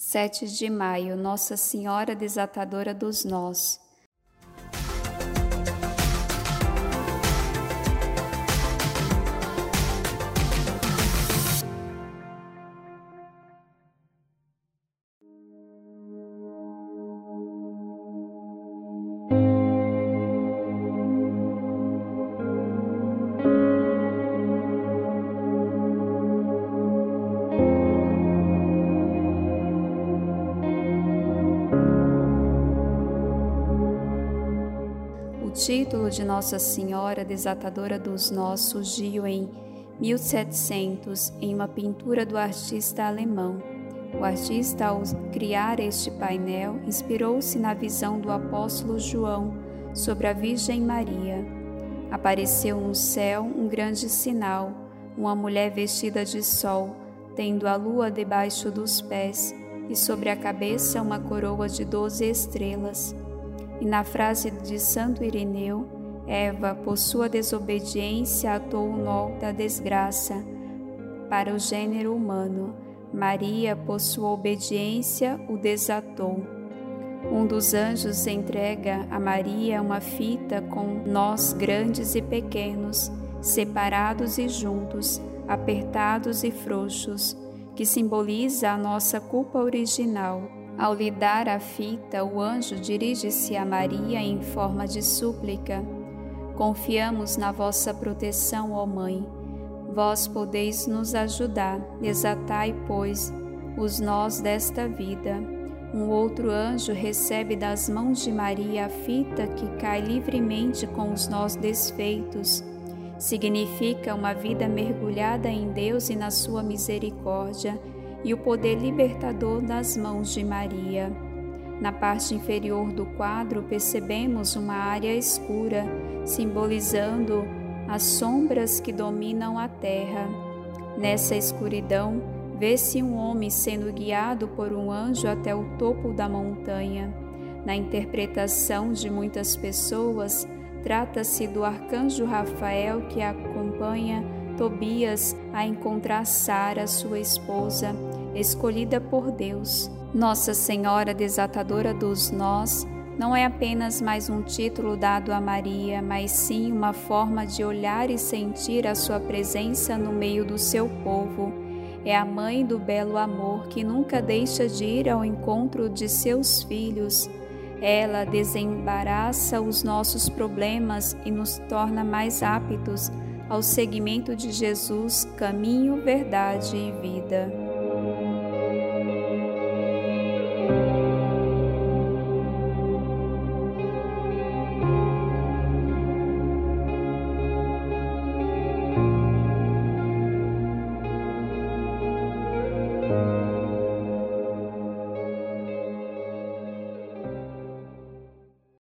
7 de maio, Nossa Senhora Desatadora dos Nós. O título de Nossa Senhora Desatadora dos Nós surgiu em 1700 em uma pintura do artista alemão. O artista, ao criar este painel, inspirou-se na visão do apóstolo João sobre a Virgem Maria. Apareceu no céu um grande sinal, uma mulher vestida de sol, tendo a lua debaixo dos pés, e sobre a cabeça uma coroa de 12 estrelas. E na frase de Santo Ireneu, Eva, por sua desobediência, atou o nó da desgraça para o gênero humano. Maria, por sua obediência, o desatou. Um dos anjos entrega a Maria uma fita com nós grandes e pequenos, separados e juntos, apertados e frouxos, que simboliza a nossa culpa original. Ao lhe dar a fita, o anjo dirige-se a Maria em forma de súplica. Confiamos na vossa proteção, ó Mãe. Vós podeis nos ajudar. Desatai, pois, os nós desta vida. Um outro anjo recebe das mãos de Maria a fita que cai livremente com os nós desfeitos. Significa uma vida mergulhada em Deus e na sua misericórdia, e o poder libertador das mãos de Maria. Na parte inferior do quadro percebemos uma área escura, simbolizando as sombras que dominam a terra. Nessa escuridão, vê-se um homem sendo guiado por um anjo até o topo da montanha. Na interpretação de muitas pessoas, trata-se do arcanjo Rafael que acompanha Tobias a encontrar Sara, sua esposa, escolhida por Deus. Nossa Senhora Desatadora dos Nós não é apenas mais um título dado a Maria, mas sim uma forma de olhar e sentir a sua presença no meio do seu povo. É a mãe do belo amor que nunca deixa de ir ao encontro de seus filhos. Ela desembaraça os nossos problemas e nos torna mais aptos ao seguimento de Jesus, caminho, verdade e vida.